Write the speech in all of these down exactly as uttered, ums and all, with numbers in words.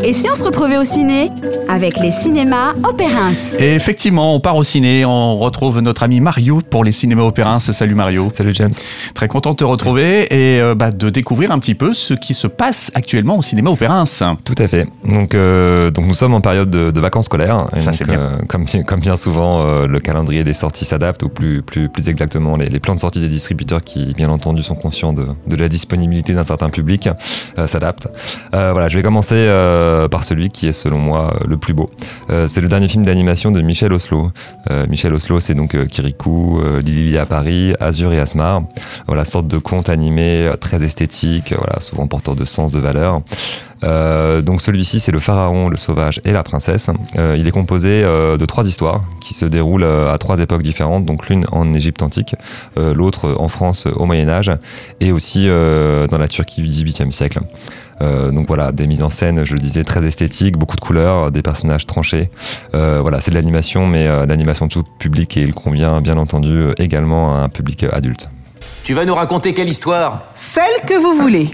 Et si on se retrouvait au ciné avec les cinémas Opérins? Et effectivement, on part au ciné, on retrouve notre ami Mario pour les cinémas Opérins. Salut Mario. Salut James. Très content de te retrouver et euh, bah, de découvrir un petit peu ce qui se passe actuellement au cinéma Opérins. Tout à fait. Donc, euh, donc nous sommes en période de, de vacances scolaires. Et Ça donc, c'est bien. Euh, comme, comme bien souvent, euh, le calendrier des sorties s'adapte, ou plus, plus, plus exactement les, les plans de sortie des distributeurs qui, bien entendu, sont conscients de, de la disponibilité d'un certain public, euh, s'adaptent. Euh, voilà, je vais commencer euh, par celui qui est selon moi le plus beau. Euh, c'est le dernier film d'animation de Michel Oslo. Euh, Michel Oslo, c'est donc euh, Kirikou, euh, Lily à Paris, Azur et Asmar. Voilà, sorte de conte animé euh, très esthétique, euh, voilà, souvent porteur de sens, de valeur. Euh, donc celui-ci, c'est le pharaon, le sauvage et la princesse. Euh, il est composé euh, de trois histoires qui se déroulent euh, à trois époques différentes, donc l'une en Égypte antique, euh, l'autre en France au Moyen-Âge et aussi euh, dans la Turquie du dix-huitième siècle. Euh, donc voilà, des mises en scène, je le disais, très esthétiques, beaucoup de couleurs, des personnages tranchés. Euh, voilà, c'est de l'animation, mais euh, d'animation de tout public, et il convient bien entendu également à un public adulte. Tu vas nous raconter quelle histoire? Celle que vous voulez.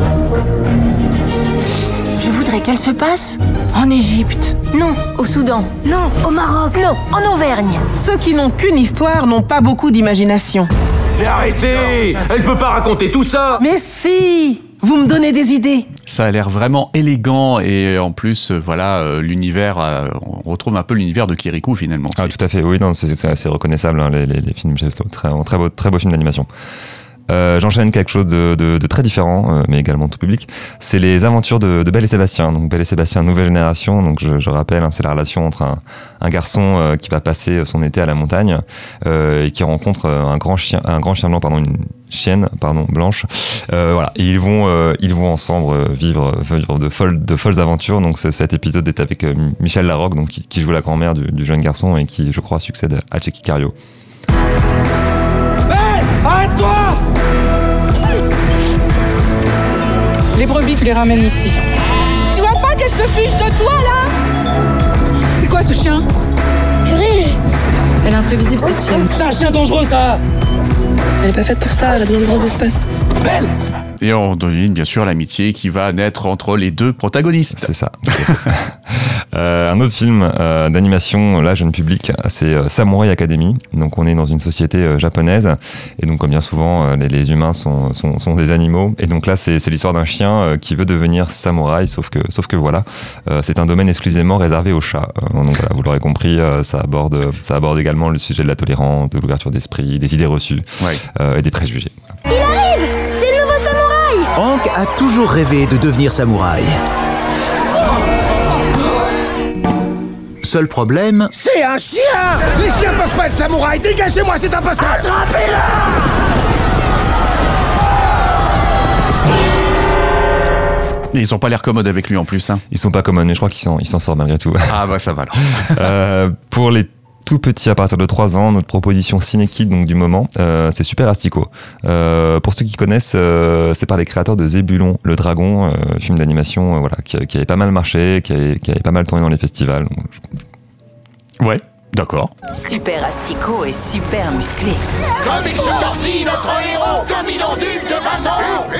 Je voudrais qu'elle se passe en Égypte. Non, au Soudan. Non, au Maroc. Non, en Auvergne. Ceux qui n'ont qu'une histoire n'ont pas beaucoup d'imagination. Mais arrêtez! Elle peut pas raconter tout ça! Mais si! Vous me donnez des idées. Ça a l'air vraiment élégant et en plus, euh, voilà, euh, l'univers, euh, on retrouve un peu l'univers de Kirikou finalement. Ah, tout à fait, oui, non, c'est, c'est assez reconnaissable, hein, les, les, les films, très, très beau, très beau film d'animation. Euh, j'enchaîne quelque chose de, de, de très différent, euh, mais également tout public. C'est les aventures de, de Belle et Sébastien. Donc Belle et Sébastien, nouvelle génération. Donc je, je rappelle, hein, c'est la relation entre un, un garçon euh, qui va passer son été à la montagne euh, et qui rencontre un grand chien, un grand chien blanc, pardon, une chienne, pardon, blanche. Euh, voilà, et ils vont, euh, ils vont ensemble vivre, vivre de folles, de folles aventures. Donc ce, cet épisode est avec euh, Michel Larocque, donc qui, qui joue la grand-mère du, du jeune garçon et qui, je crois, succède à Tchéky Cario. Belle! Arrête-toi! Les brebis, tu les ramènes ici. Tu vois pas qu'elle se fiche de toi, là? C'est quoi ce chien? Purée! Elle est imprévisible, cette chienne. C'est un chien dangereux, ça! Elle est pas faite pour ça, elle a besoin de grands espaces. Belle! Et on devine bien sûr l'amitié qui va naître entre les deux protagonistes. C'est ça. euh, un autre film euh, d'animation, là, jeune public, c'est euh, Samurai Academy. Donc on est dans une société euh, japonaise, et donc comme bien souvent, euh, les, les humains sont, sont, sont des animaux. Et donc là, c'est, c'est l'histoire d'un chien euh, qui veut devenir samouraï, sauf que, sauf que voilà, euh, c'est un domaine exclusivement réservé aux chats. Euh, donc voilà, vous l'aurez compris, euh, ça aborde, ça aborde également le sujet de la tolérance, de l'ouverture d'esprit, des idées reçues Ouais. euh, et des préjugés. Il arrive! C'est le nouveau samouraï! Hank a toujours rêvé de devenir samouraï. Seul problème... C'est un chien! Les chiens peuvent pas être samouraïs! Dégagez-moi cet imposteur! Attrapez-la! Et ils ont pas l'air commodes avec lui en plus. Hein. Ils sont pas communs, mais je crois qu'ils s'en, ils s'en sortent malgré tout. Ah bah ça va alors. euh, pour les tout petits à partir de trois ans, notre proposition Ciné Kid, donc du moment, euh, c'est Super Astico. Euh, pour ceux qui connaissent, euh, c'est par les créateurs de Zébulon, le dragon, euh, film d'animation, euh, voilà, qui, qui avait pas mal marché, qui avait, qui avait pas mal tourné dans les festivals. Ouais, d'accord. Super Astico est super musclé. Comme il se tortille, notre héros! Comme il ondule de bas en haut!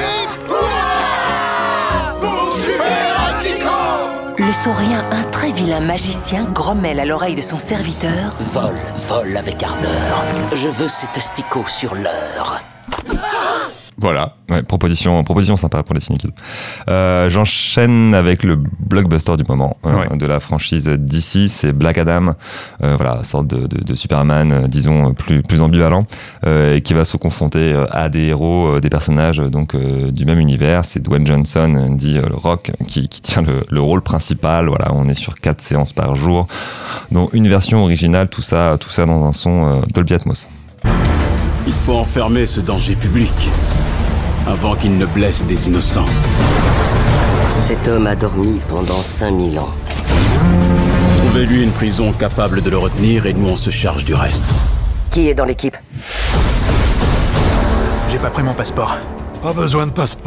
Pour Super Astico! Le saurien, un très vilain magicien, grommelle à l'oreille de son serviteur. Vole, vole avec ardeur. Je veux cet asticot sur l'heure. Voilà. Ouais, proposition, proposition sympa pour les Ciné Kids. Euh, j'enchaîne avec le blockbuster du moment euh, ouais. de la franchise D C, c'est Black Adam, euh, voilà, sorte de, de, de Superman, euh, disons plus plus ambivalent, euh, et qui va se confronter euh, à des héros, euh, des personnages donc euh, du même univers. C'est Dwayne Johnson, dit euh, le Rock, qui, qui tient le, le rôle principal. Voilà, on est sur quatre séances par jour, dont une version originale, tout ça, tout ça dans un son euh, Dolby Atmos. Il faut enfermer ce danger public avant qu'il ne blesse des innocents. Cet homme a dormi pendant cinq mille ans. Trouvez-lui une prison capable de le retenir et nous on se charge du reste. Qui est dans l'équipe? J'ai pas pris mon passeport. Pas besoin de passeport.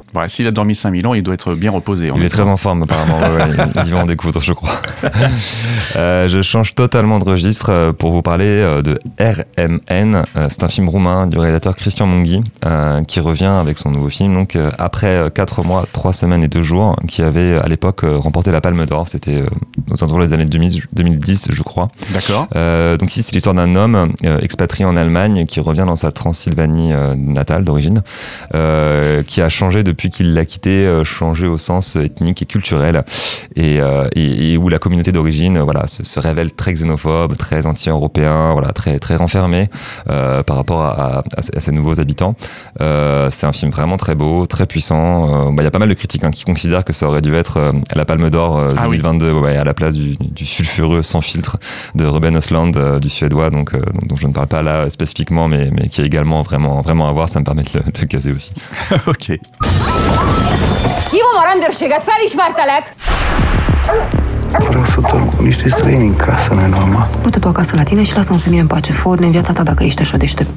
Bah, s'il a dormi cinq mille ans, il doit être bien reposé. Il est très en forme apparemment, ouais, ouais, il, il va en découdre je crois. euh, je change totalement de registre pour vous parler de R M N. C'est un film roumain du réalisateur Cristian Mungi euh, qui revient avec son nouveau film donc euh, après quatre mois, trois semaines et deux jours, qui avait à l'époque remporté la Palme d'Or. C'était euh, aux alentours des années deux mille dix je crois. D'accord. Euh, donc ici c'est l'histoire d'un homme euh, expatrié en Allemagne qui revient dans sa Transylvanie euh, natale d'origine, euh, qui a changé depuis Depuis qu'il l'a quitté, euh, changé au sens ethnique et culturel, et, euh, et, et où la communauté d'origine, euh, voilà, se, se révèle très xénophobe, très anti-européen, voilà, très très renfermé euh, par rapport à, à, à ces nouveaux habitants. Euh, c'est un film vraiment très beau, très puissant. Il euh, bah, y a pas mal de critiques hein, qui considèrent que ça aurait dû être euh, la Palme d'Or euh, ah deux mille vingt-deux, oui. ouais, à la place du, du sulfureux sans filtre de Ruben Östlund, euh, du Suédois, donc euh, dont, dont je ne parle pas là spécifiquement, mais mais qui est également vraiment vraiment à voir. Ça me permet de le, de le caser aussi. Ok. Hívom a rendőrséget, felismertelek! Vreau să dorm cu niște străini în casă, nu-i normal? Du-te tu acasă la tine și lasă-mă pe mine în pace. Fă ordine în viața ta dacă ești așa deștept.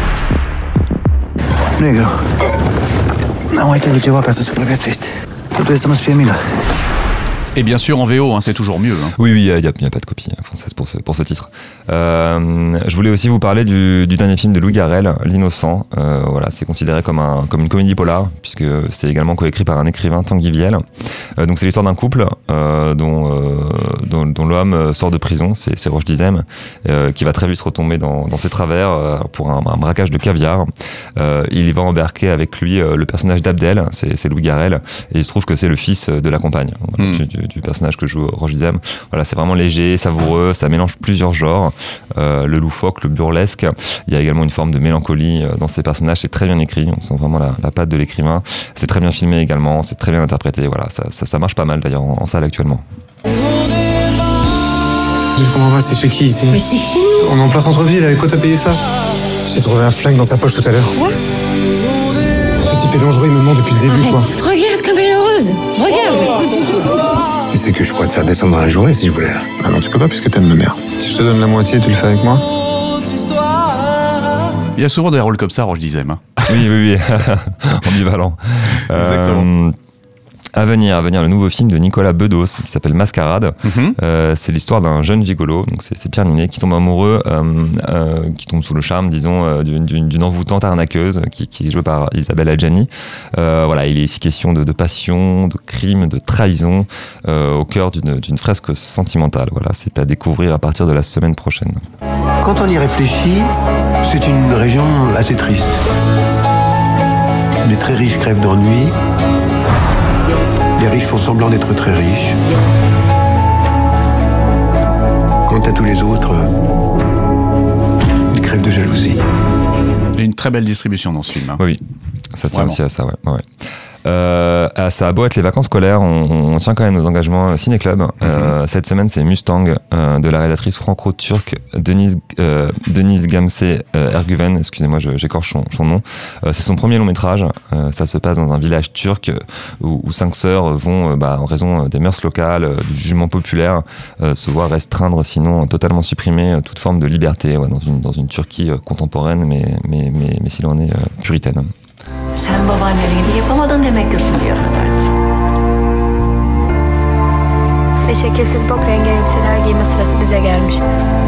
Nu e greu. N-am mai trebuit ceva ca să supraviețuiești. Totul e să nu-ți fie milă. Et bien sûr en V O, hein, c'est toujours mieux. Hein. Oui, oui, il n'y a, a pas de copie française pour ce, pour ce titre. Euh, je voulais aussi vous parler du, du dernier film de Louis Garrel, L'Innocent. Euh, voilà, c'est considéré comme, un, comme une comédie polar, puisque c'est également coécrit par un écrivain, Tanguy Viel. Euh, donc c'est l'histoire d'un couple euh, dont, euh, dont, dont l'homme sort de prison, c'est, c'est Roche Dizem, euh, qui va très vite retomber dans, dans ses travers euh, pour un, un braquage de caviar. Euh, il y va embarquer avec lui euh, le personnage d'Abdel, c'est, c'est Louis Garrel, et il se trouve que c'est le fils de la compagne. Voilà, mmh. du, du personnage que joue Roche Dizem. Voilà, c'est vraiment léger, savoureux, ça mélange plusieurs genres, euh, le loufoque, le burlesque. Il y a également une forme de mélancolie dans ces personnages. C'est très bien écrit, on sent vraiment la, la patte de l'écrivain. C'est très bien filmé également, c'est très bien interprété. Voilà, ça, ça, ça marche pas mal d'ailleurs en, en salle actuellement. Je comprends pas, c'est chez qui ici? Mais c'est chez nous. On est en plein centre-ville, avec quoi t'as payé ça? J'ai trouvé un flingue dans sa poche tout à l'heure. Quoi? Ce type est dangereux, il me ment depuis le début. Arrête. Quoi. Regarde comme elle est heureuse. Regarde. Tu sais que je pourrais te faire descendre dans la journée si je voulais. Ah non, tu peux pas puisque t'aimes ma mère. Si je te donne la moitié, tu le fais avec moi? Il y a souvent des rôles comme ça, Roche Dizem. Hein. Oui, oui, oui. Ambivalent. Exactement. Euh, À venir, à venir, le nouveau film de Nicolas Bedos qui s'appelle Mascarade. Mm-hmm. Euh, c'est l'histoire d'un jeune gigolo, donc c'est, c'est Pierre Ninet, qui tombe amoureux, euh, euh, qui tombe sous le charme, disons, euh, d'une, d'une, d'une envoûtante arnaqueuse qui, qui est jouée par Isabelle Adjani. Euh, voilà, il est ici question de, de passion, de crime, de trahison, euh, au cœur d'une, d'une fresque sentimentale. Voilà, c'est à découvrir à partir de la semaine prochaine. Quand on y réfléchit, c'est une région assez triste. Les très riches crèvent d'ennui. Les riches font semblant d'être très riches. Quant à tous les autres, ils crèvent de jalousie. Il y a une très belle distribution dans ce film. Hein. Oui, ça tient Vraiment. aussi à ça, ouais. ouais. Euh, ça a beau être les vacances scolaires, on, on tient quand même nos engagements ciné-club. Mm-hmm. Euh, cette semaine, c'est Mustang euh, de la réalisatrice franco-turque Denise, euh, Denise Gamse euh, Erguven, excusez-moi, je, j'écorche son, son nom. Euh, c'est son premier long métrage. Euh, ça se passe dans un village turc où, où cinq sœurs vont, euh, bah, en raison des mœurs locales, euh, du jugement populaire, euh, se voir restreindre, sinon totalement supprimer euh, toute forme de liberté ouais, dans, une, dans une Turquie euh, contemporaine, mais, mais, mais, mais s'il en est euh, puritaine. Sen babaanneni gibi yapamadın demek ki şimdiye kadar. Ve şekilsiz bok rengi elbiseler giyme sırası bize gelmişti.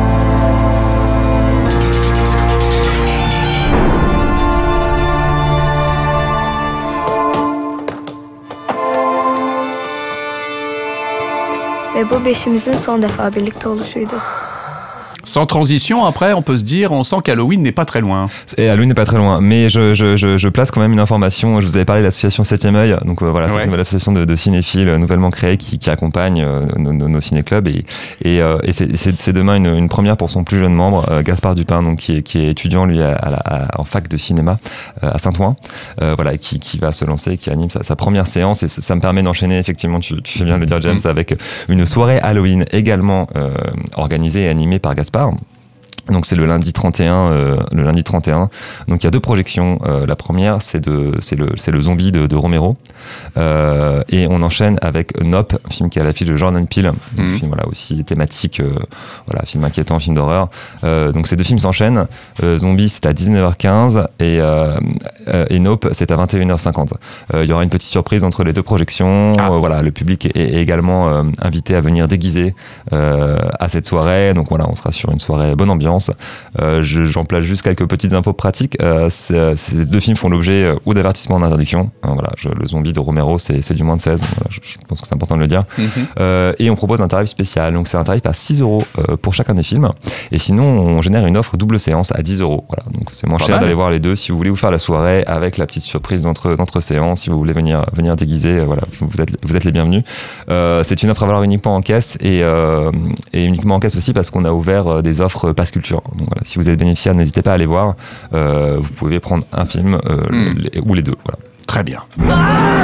Ve bu beşimizin son defa birlikte oluşuydu. Sans transition, après, on peut se dire, on sent qu'Halloween n'est pas très loin. Et Halloween n'est pas très loin, mais je, je, je, je place quand même une information. Je vous avais parlé de l'association Septième Œil, donc euh, voilà, ouais. C'est une nouvelle association de, de cinéphiles nouvellement créée qui, qui accompagne euh, nos, nos, nos ciné-clubs et, et, euh, et c'est, c'est, c'est demain une, une première pour son plus jeune membre, euh, Gaspard Dupin, donc qui est, qui est étudiant lui à, à la, à, en fac de cinéma euh, à Saint-Ouen, euh, voilà, qui, qui va se lancer, qui anime sa, sa première séance et ça, ça me permet d'enchaîner effectivement. Tu, tu fais bien de le dire, James, mmh. avec une soirée Halloween également euh, organisée et animée par Gaspard. Donc c'est le lundi trente et un, euh, le lundi trente et un. Donc il y a deux projections. Euh, la première c'est de, c'est le, c'est le zombie de, de Romero, euh, et on enchaîne avec Nope, un film qui est à l'affiche de Jordan Peele, donc mmh. film voilà aussi thématique, euh, voilà film inquiétant, film d'horreur. Euh, donc ces deux films s'enchaînent. Euh, Zombie c'est à dix-neuf heures quinze et euh, euh, et Nope c'est à vingt et une heures cinquante. Euh, il y aura une petite surprise entre les deux projections. Ah. Euh, voilà, le public est, est également euh, invité à venir déguisé euh, à cette soirée. Donc voilà, on sera sur une soirée bonne ambiance. Euh, je, j'en place juste quelques petites infos pratiques. Euh, c'est, ces deux films font l'objet euh, ou d'avertissement d'interdiction. Euh, voilà, je, le zombie de Romero, c'est, c'est du moins de seize. Voilà, je, je pense que c'est important de le dire. Mm-hmm. Euh, et on propose un tarif spécial. Donc c'est un tarif à six euros euh, pour chacun des films. Et sinon, on génère une offre double séance à dix euros. Voilà, donc c'est moins Pas cher mal. D'aller voir les deux si vous voulez vous faire la soirée avec la petite surprise d'entre, d'entre séances. Si vous voulez venir, venir déguiser, euh, voilà, vous êtes, vous êtes les bienvenus. Euh, c'est une offre à valoir uniquement en caisse et, euh, et uniquement en caisse aussi parce qu'on a ouvert euh, des offres Pass Culture. Donc voilà, si vous êtes bénéficiaire, n'hésitez pas à aller voir. Euh, vous pouvez prendre un film euh, mm. les, ou les deux. Voilà. Très bien. Ah,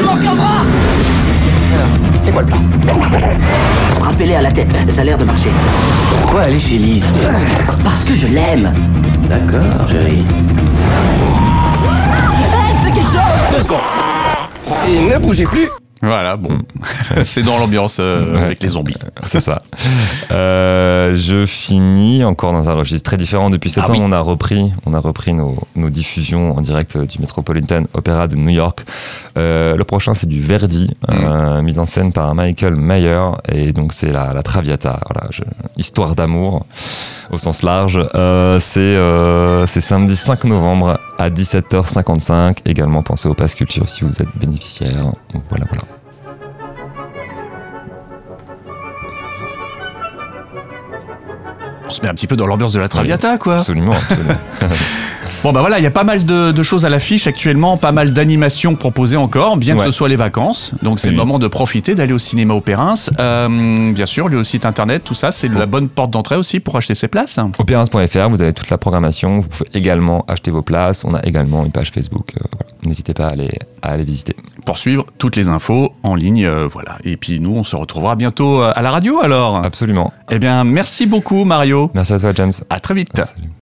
c'est quoi le plan? Frappez-les à la tête, ça a l'air de marcher. Pourquoi aller chez Lise? Parce que je l'aime. D'accord, chérie. Hey, fais quelque chose! Deux secondes. Et ne bougez plus. Voilà, bon, c'est dans l'ambiance euh, ouais, avec les zombies. C'est ça. Euh, je finis encore dans un registre très différent. Depuis septembre, ah oui. on a repris, on a repris nos, nos diffusions en direct du Metropolitan Opera de New York. Euh, le prochain, c'est du Verdi, mmh. euh, mise en scène par Michael Mayer, et donc c'est la, la Traviata. Voilà, je, histoire d'amour au sens large. Euh, c'est, euh, c'est samedi cinq novembre à dix-sept heures cinquante-cinq. Également, pensez au Pass Culture si vous êtes bénéficiaire. Donc, voilà, voilà. On se met un petit peu dans l'ambiance de la Traviata, oui, quoi. Absolument, absolument. Bon, bah voilà, il y a pas mal de, de choses à l'affiche actuellement, pas mal d'animations proposées encore, bien que ouais. ce soit les vacances. Donc c'est oui. le moment de profiter, d'aller au cinéma Opérins. Euh, bien sûr, le site internet, tout ça, c'est oh. la bonne porte d'entrée aussi pour acheter ses places. Opérins point F R, vous avez toute la programmation. Vous pouvez également acheter vos places. On a également une page Facebook. Euh, voilà. N'hésitez pas à aller, à aller visiter. Pour suivre toutes les infos en ligne, euh, voilà. Et puis nous, on se retrouvera bientôt à la radio alors. Absolument. Eh bien, merci beaucoup Mario. Merci à toi James. À très vite. Merci.